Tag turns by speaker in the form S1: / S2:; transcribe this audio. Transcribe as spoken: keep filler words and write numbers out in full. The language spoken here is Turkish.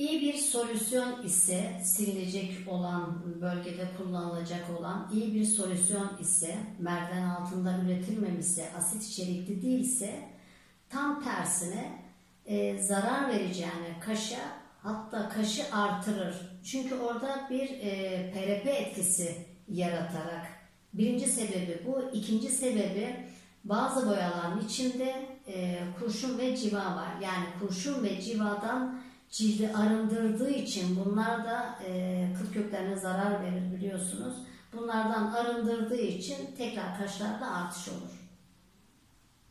S1: İyi bir solüsyon ise silinecek olan bölgede kullanılacak olan iyi bir solüsyon ise merdiven altında üretilmemişse asit içerikli değilse tam tersine e, zarar vereceğine kaşa hatta kaşı artırır. Çünkü orada bir e, P R P etkisi yaratarak. Birinci sebebi bu. İkinci sebebi bazı boyaların içinde e, kurşun ve civa var. Yani kurşun ve civadan cildi arındırdığı için bunlar da e, kıl köklerine zarar verir biliyorsunuz. Bunlardan arındırdığı için tekrar kaşlarda artış olur.